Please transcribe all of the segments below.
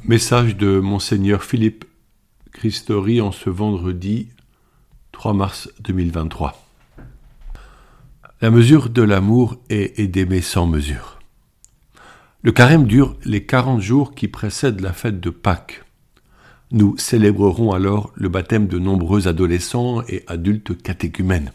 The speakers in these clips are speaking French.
Message de Monseigneur Philippe Christori en ce vendredi 3 mars 2023. La mesure de l'amour est d'aimer sans mesure. Le carême dure les 40 jours qui précèdent la fête de Pâques. Nous célébrerons alors le baptême de nombreux adolescents et adultes catéchumènes.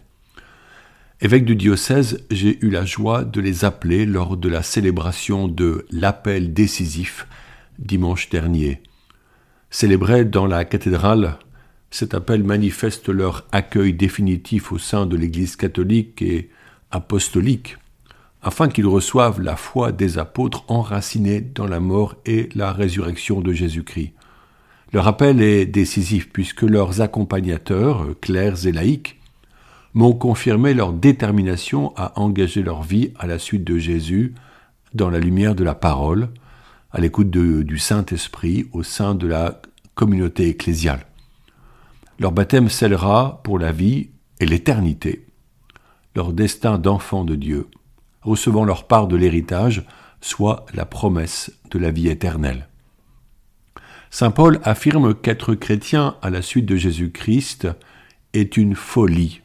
Évêque du diocèse, j'ai eu la joie de les appeler lors de la célébration de l'appel décisif dimanche dernier. Célébré dans la cathédrale, cet appel manifeste leur accueil définitif au sein de l'Église catholique et apostolique, afin qu'ils reçoivent la foi des apôtres enracinés dans la mort et la résurrection de Jésus-Christ. Leur appel est décisif puisque leurs accompagnateurs, clercs et laïcs, m'ont confirmé leur détermination à engager leur vie à la suite de Jésus dans la lumière de la parole, à l'écoute du Saint-Esprit au sein de la communauté ecclésiale. Leur baptême scellera pour la vie et l'éternité leur destin d'enfants de Dieu, recevant leur part de l'héritage, soit la promesse de la vie éternelle. Saint Paul affirme qu'être chrétien à la suite de Jésus-Christ est une folie.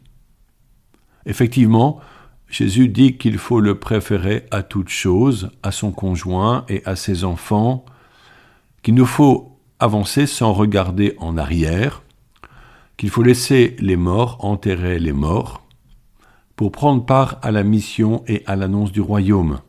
Effectivement, Jésus dit qu'il faut le préférer à toute chose, à son conjoint et à ses enfants, qu'il nous faut avancer sans regarder en arrière, qu'il faut laisser les morts enterrer les morts, pour prendre part à la mission et à l'annonce du royaume.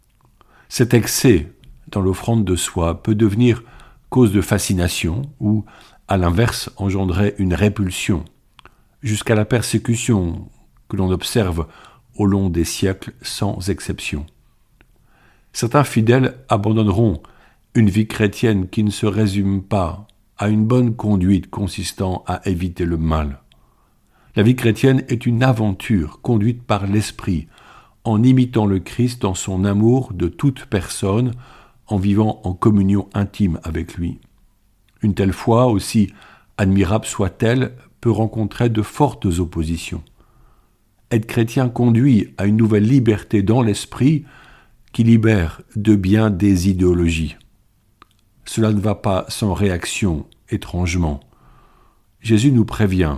Cet excès dans l'offrande de soi peut devenir cause de fascination ou, à l'inverse, engendrer une répulsion, jusqu'à la persécution que l'on observe au long des siècles sans exception. Certains fidèles abandonneront une vie chrétienne qui ne se résume pas à une bonne conduite consistant à éviter le mal. La vie chrétienne est une aventure conduite par l'Esprit, en imitant le Christ dans son amour de toute personne, en vivant en communion intime avec lui. Une telle foi, aussi admirable soit-elle, peut rencontrer de fortes oppositions. Être chrétien conduit à une nouvelle liberté dans l'esprit qui libère de bien des idéologies. Cela ne va pas sans réaction, étrangement. Jésus nous prévient.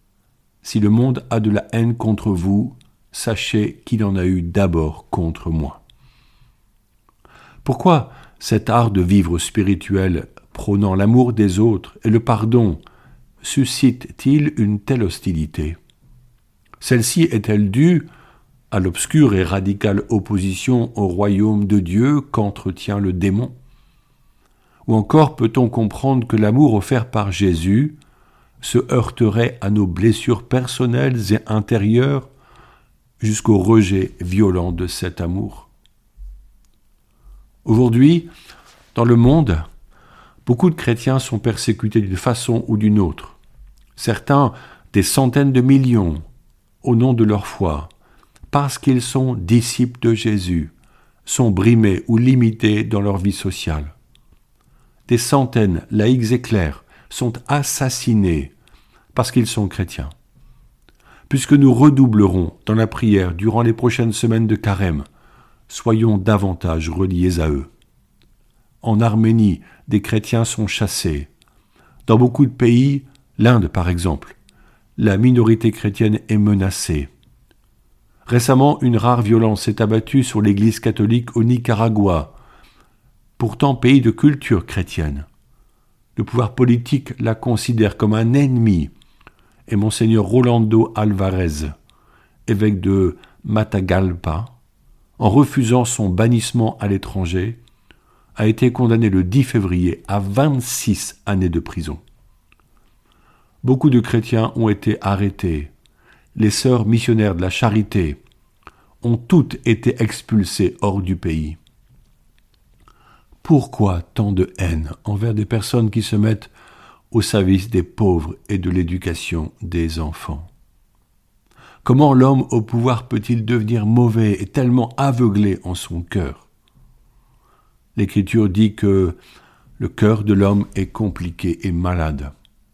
Si le monde a de la haine contre vous, sachez qu'il en a eu d'abord contre moi. Pourquoi cet art de vivre spirituel prônant l'amour des autres et le pardon suscite-t-il une telle hostilité ? Celle-ci est-elle due à l'obscure et radicale opposition au royaume de Dieu qu'entretient le démon ? Ou encore peut-on comprendre que l'amour offert par Jésus se heurterait à nos blessures personnelles et intérieures jusqu'au rejet violent de cet amour ? Aujourd'hui, dans le monde, beaucoup de chrétiens sont persécutés d'une façon ou d'une autre. Certains, des centaines de millions, au nom de leur foi, parce qu'ils sont disciples de Jésus, sont brimés ou limités dans leur vie sociale. Des centaines, laïcs et clercs, sont assassinés parce qu'ils sont chrétiens. Puisque nous redoublerons dans la prière durant les prochaines semaines de carême, soyons davantage reliés à eux. En Arménie, des chrétiens sont chassés. Dans beaucoup de pays, l'Inde par exemple, la minorité chrétienne est menacée. Récemment, une rare violence s'est abattue sur l'Église catholique au Nicaragua, pourtant pays de culture chrétienne. Le pouvoir politique la considère comme un ennemi, et Monseigneur Rolando Alvarez, évêque de Matagalpa, en refusant son bannissement à l'étranger, a été condamné le 10 février à 26 années de prison. Beaucoup de chrétiens ont été arrêtés. Les sœurs missionnaires de la charité ont toutes été expulsées hors du pays. Pourquoi tant de haine envers des personnes qui se mettent au service des pauvres et de l'éducation des enfants ? Comment l'homme au pouvoir peut-il devenir mauvais et tellement aveuglé en son cœur ? L'Écriture dit que le cœur de l'homme est compliqué et malade.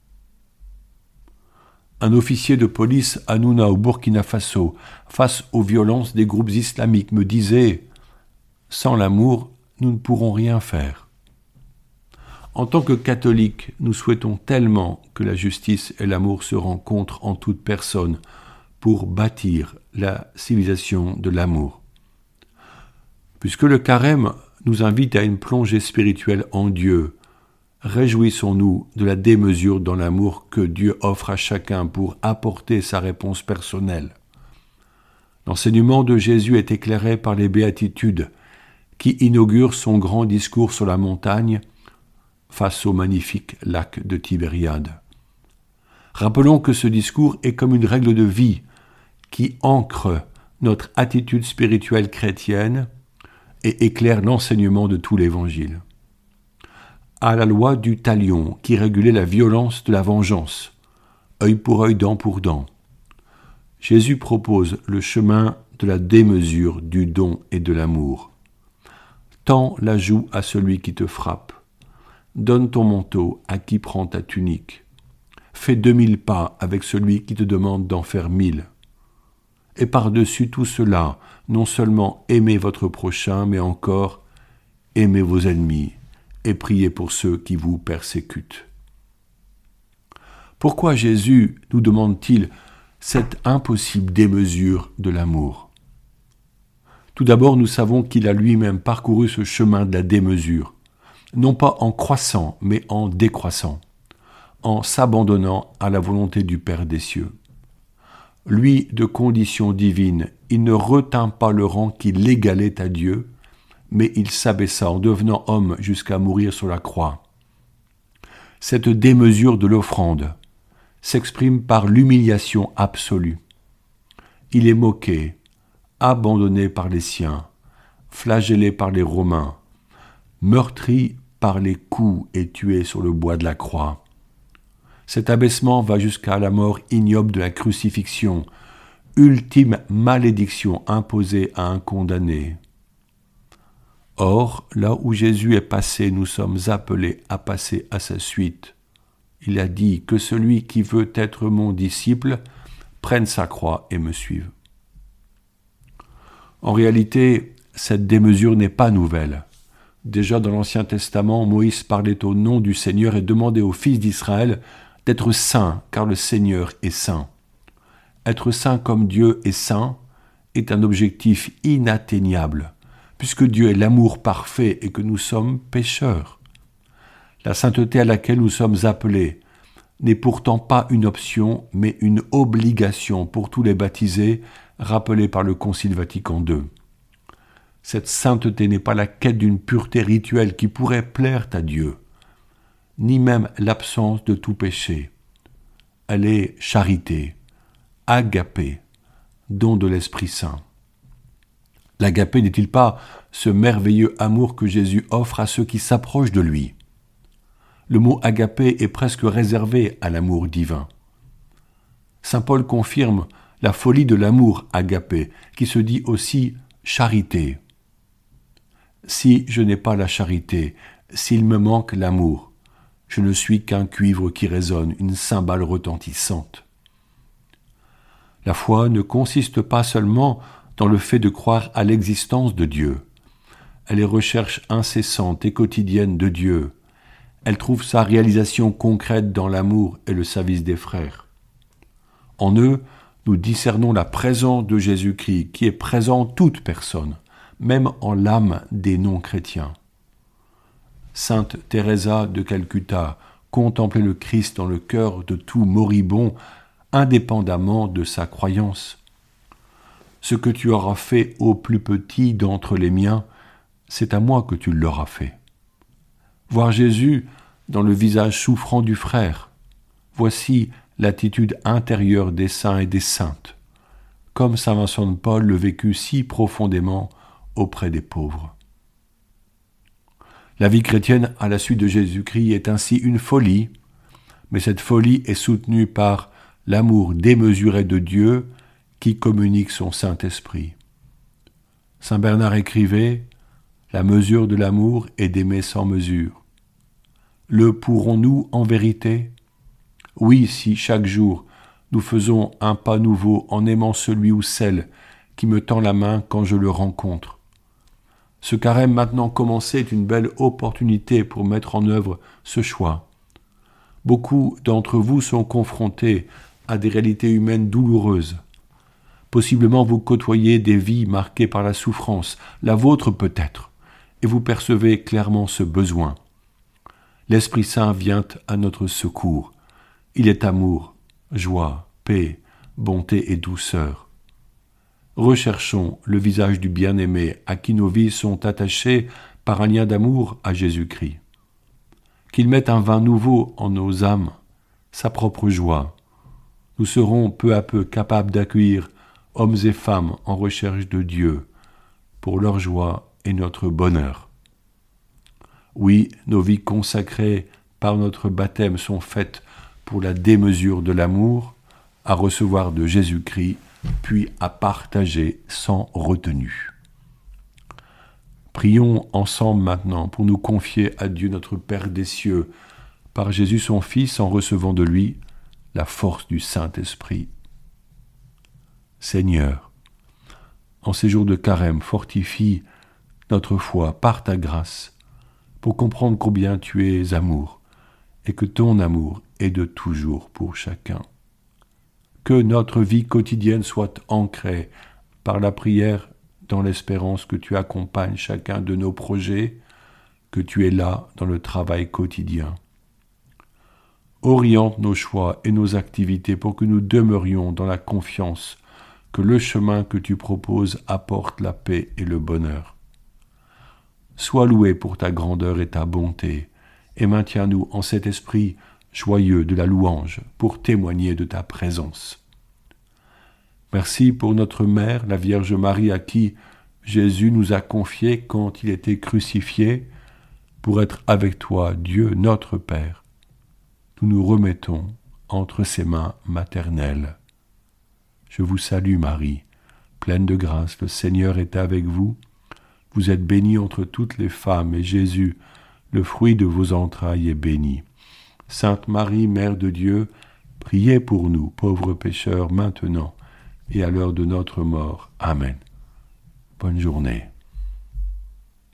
Un officier de police à Nouna au Burkina Faso, face aux violences des groupes islamiques, me disait « Sans l'amour, nous ne pourrons rien faire ». En tant que catholiques, nous souhaitons tellement que la justice et l'amour se rencontrent en toute personne pour bâtir la civilisation de l'amour. Puisque le carême nous invite à une plongée spirituelle en Dieu, réjouissons-nous de la démesure dans l'amour que Dieu offre à chacun pour apporter sa réponse personnelle. L'enseignement de Jésus est éclairé par les béatitudes qui inaugurent son grand discours sur la montagne face au magnifique lac de Tibériade. Rappelons que ce discours est comme une règle de vie qui ancre notre attitude spirituelle chrétienne et éclaire l'enseignement de tout l'Évangile. À la loi du talion qui régulait la violence de la vengeance, œil pour œil, dent pour dent, Jésus propose le chemin de la démesure, du don et de l'amour. Tends la joue à celui qui te frappe. Donne ton manteau à qui prend ta tunique. Fais 2000 pas avec celui qui te demande d'en faire 1000. Et par-dessus tout cela, non seulement aimez votre prochain, mais encore aimez vos ennemis et priez pour ceux qui vous persécutent. Pourquoi Jésus nous demande-t-il cette impossible démesure de l'amour? Tout d'abord, nous savons qu'il a lui-même parcouru ce chemin de la démesure, non pas en croissant, mais en décroissant, en s'abandonnant à la volonté du Père des cieux. Lui, de condition divine, il ne retint pas le rang qui l'égalait à Dieu, mais il s'abaissa en devenant homme jusqu'à mourir sur la croix. Cette démesure de l'offrande s'exprime par l'humiliation absolue. Il est moqué, abandonné par les siens, flagellé par les Romains, meurtri par les coups et tué sur le bois de la croix. Cet abaissement va jusqu'à la mort ignoble de la crucifixion, ultime malédiction imposée à un condamné. Or, là où Jésus est passé, nous sommes appelés à passer à sa suite. Il a dit que celui qui veut être mon disciple prenne sa croix et me suive. En réalité, cette démesure n'est pas nouvelle. Déjà dans l'Ancien Testament, Moïse parlait au nom du Seigneur et demandait aux fils d'Israël d'être saints, car le Seigneur est saint. Être saint comme Dieu est saint est un objectif inatteignable, puisque Dieu est l'amour parfait et que nous sommes pécheurs. La sainteté à laquelle nous sommes appelés n'est pourtant pas une option, mais une obligation pour tous les baptisés, rappelés par le Concile Vatican II. Cette sainteté n'est pas la quête d'une pureté rituelle qui pourrait plaire à Dieu, ni même l'absence de tout péché. Elle est charité, agapé, don de l'Esprit Saint. L'agapé n'est-il pas ce merveilleux amour que Jésus offre à ceux qui s'approchent de lui? Le mot agapé est presque réservé à l'amour divin. Saint Paul confirme la folie de l'amour agapé, qui se dit aussi charité. Si je n'ai pas la charité, s'il me manque l'amour, je ne suis qu'un cuivre qui résonne, une cymbale retentissante. La foi ne consiste pas seulement dans le fait de croire à l'existence de Dieu. Elle est recherche incessante et quotidienne de Dieu. Elle trouve sa réalisation concrète dans l'amour et le service des frères. En eux, nous discernons la présence de Jésus-Christ qui est présent en toute personne, même en l'âme des non-chrétiens. Sainte Teresa de Calcutta contemplait le Christ dans le cœur de tout moribond, indépendamment de sa croyance. Ce que tu auras fait au plus petit d'entre les miens, c'est à moi que tu l'auras fait. Voir Jésus dans le visage souffrant du frère, voici l'attitude intérieure des saints et des saintes, comme saint Vincent de Paul le vécut si profondément auprès des pauvres. La vie chrétienne à la suite de Jésus-Christ est ainsi une folie, mais cette folie est soutenue par l'amour démesuré de Dieu qui communique son Saint-Esprit. Saint Bernard écrivait « La mesure de l'amour est d'aimer sans mesure. Le pourrons-nous en vérité? Oui, si chaque jour nous faisons un pas nouveau en aimant celui ou celle qui me tend la main quand je le rencontre. Ce carême maintenant commencé est une belle opportunité pour mettre en œuvre ce choix. Beaucoup d'entre vous sont confrontés à des réalités humaines douloureuses. Possiblement vous côtoyez des vies marquées par la souffrance, la vôtre peut-être, et vous percevez clairement ce besoin. L'Esprit Saint vient à notre secours. Il est amour, joie, paix, bonté et douceur. Recherchons le visage du bien-aimé à qui nos vies sont attachées par un lien d'amour à Jésus-Christ. Qu'il mette un vin nouveau en nos âmes, sa propre joie. Nous serons peu à peu capables d'accueillir hommes et femmes en recherche de Dieu pour leur joie et notre bonheur. Oui, nos vies consacrées par notre baptême sont faites pour la démesure de l'amour, à recevoir de Jésus-Christ, puis à partager sans retenue. Prions ensemble maintenant pour nous confier à Dieu notre Père des cieux, par Jésus son Fils, en recevant de lui la force du Saint-Esprit. Seigneur, en ces jours de carême, fortifie notre foi par ta grâce, pour comprendre combien tu es amour, et que ton amour est de toujours pour chacun. Que notre vie quotidienne soit ancrée par la prière dans l'espérance que tu accompagnes chacun de nos projets, que tu es là dans le travail quotidien. Oriente nos choix et nos activités pour que nous demeurions dans la confiance que le chemin que tu proposes apporte la paix et le bonheur. Sois loué pour ta grandeur et ta bonté, et maintiens-nous en cet esprit joyeux de la louange pour témoigner de ta présence. Merci pour notre Mère, la Vierge Marie, à qui Jésus nous a confié quand il était crucifié, pour être avec toi, Dieu notre Père. Nous nous remettons entre ses mains maternelles. Je vous salue Marie, pleine de grâce, le Seigneur est avec vous. Vous êtes bénie entre toutes les femmes, et Jésus, le fruit de vos entrailles, est béni. Sainte Marie, Mère de Dieu, priez pour nous, pauvres pécheurs, maintenant et à l'heure de notre mort. Amen. Bonne journée.